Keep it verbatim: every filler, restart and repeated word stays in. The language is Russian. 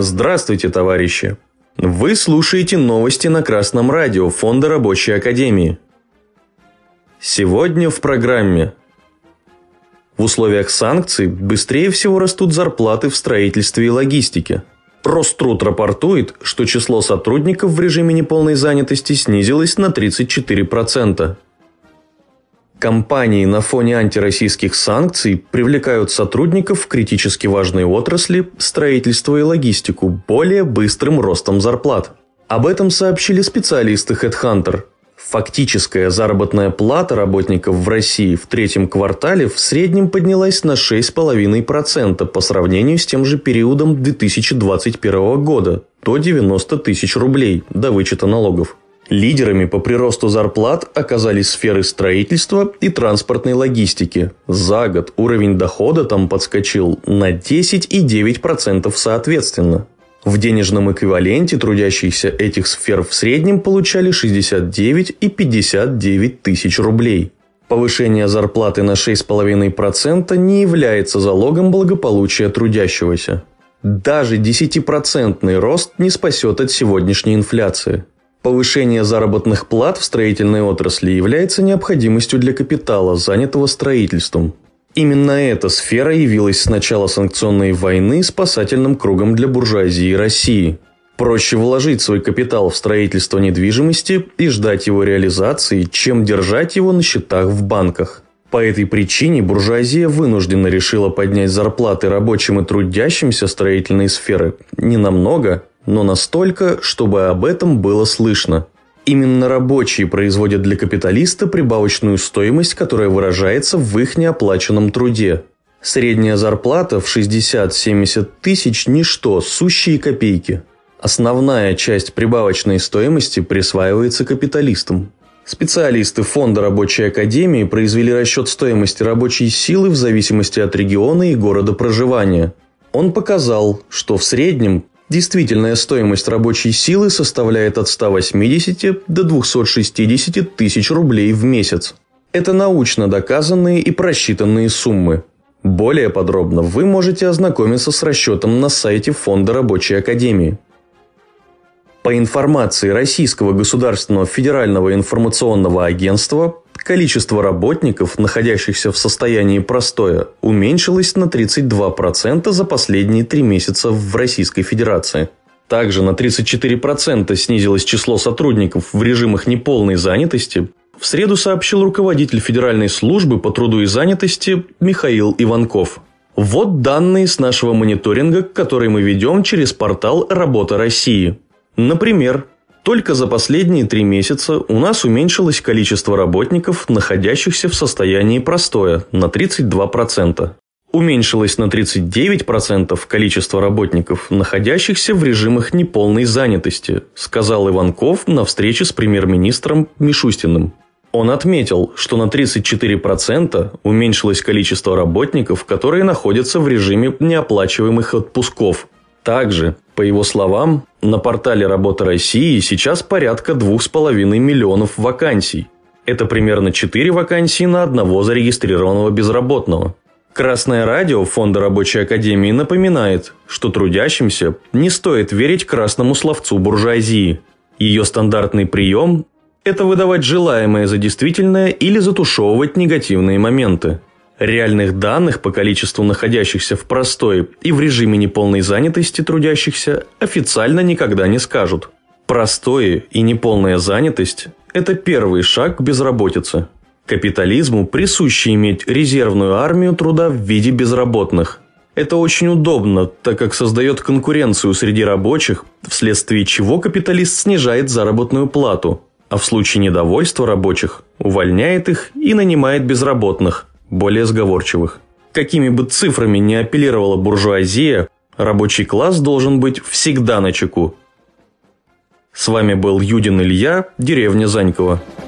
Здравствуйте, товарищи! Вы слушаете новости на Красном радио Фонда Рабочей Академии. Сегодня в программе. В условиях санкций быстрее всего растут зарплаты в строительстве и логистике. Роструд рапортует, что число сотрудников в режиме неполной занятости снизилось на тридцать четыре процента. Компании на фоне антироссийских санкций привлекают сотрудников в критически важные отрасли, строительство и логистику, более быстрым ростом зарплат. Об этом сообщили специалисты HeadHunter. Фактическая заработная плата работников в России в третьем квартале в среднем поднялась на шесть целых пять десятых процента по сравнению с тем же периодом две тысячи двадцать первого года, до девяноста тысяч рублей, до вычета налогов. Лидерами по приросту зарплат оказались сферы строительства и транспортной логистики. За год уровень дохода там подскочил на десять и девять десятых процента соответственно. В денежном эквиваленте трудящиеся этих сфер в среднем получали шестьдесят девять и пятьдесят девять тысяч рублей. Повышение зарплаты на шесть целых пять десятых процента не является залогом благополучия трудящегося. Даже десятипроцентный рост не спасет от сегодняшней инфляции. Повышение заработных плат в строительной отрасли является необходимостью для капитала, занятого строительством. Именно эта сфера явилась с начала санкционной войны спасательным кругом для буржуазии России. Проще вложить свой капитал в строительство недвижимости и ждать его реализации, чем держать его на счетах в банках. По этой причине буржуазия вынужденно решила поднять зарплаты рабочим и трудящимся строительной сферы не намного, но настолько, чтобы об этом было слышно. Именно рабочие производят для капиталиста прибавочную стоимость, которая выражается в их неоплаченном труде. Средняя зарплата в шестьдесят-семьдесят тысяч – ничто, сущие копейки. Основная часть прибавочной стоимости присваивается капиталистам. Специалисты Фонда Рабочей Академии произвели расчет стоимости рабочей силы в зависимости от региона и города проживания. Он показал, что в среднем действительная стоимость рабочей силы составляет от ста восьмидесяти до двухсот шестидесяти тысяч рублей в месяц. Это научно доказанные и просчитанные суммы. Более подробно вы можете ознакомиться с расчетом на сайте Фонда Рабочей Академии. По информации Российского государственного федерального информационного агентства, количество работников, находящихся в состоянии простоя, уменьшилось на тридцать два процента за последние три месяца в Российской Федерации. Также на тридцать четыре процента снизилось число сотрудников в режимах неполной занятости, в среду сообщил руководитель Федеральной службы по труду и занятости Михаил Иванков. Вот данные с нашего мониторинга, который мы ведем через портал «Работа России». Например, только за последние три месяца у нас уменьшилось количество работников, находящихся в состоянии простоя, на тридцать два процента. Уменьшилось на тридцать девять процентов количество работников, находящихся в режимах неполной занятости, сказал Иванков на встрече с премьер-министром Мишустиным. Он отметил, что на тридцать четыре процента уменьшилось количество работников, которые находятся в режиме неоплачиваемых отпусков. Также, по его словам, на портале «Работа России» сейчас порядка двух с половиной миллионов вакансий. Это примерно четыре вакансии на одного зарегистрированного безработного. Красное радио Фонда Рабочей Академии напоминает, что трудящимся не стоит верить красному словцу буржуазии. Ее стандартный прием – это выдавать желаемое за действительное или затушевывать негативные моменты. Реальных данных по количеству находящихся в простое и в режиме неполной занятости трудящихся официально никогда не скажут. Простое и неполная занятость – это первый шаг к безработице. Капитализму присуще иметь резервную армию труда в виде безработных. Это очень удобно, так как создает конкуренцию среди рабочих, вследствие чего капиталист снижает заработную плату, а в случае недовольства рабочих увольняет их и нанимает безработных, более сговорчивых. Какими бы цифрами ни апеллировала буржуазия, рабочий класс должен быть всегда начеку. С вами был Юдин Илья, деревня Заньково.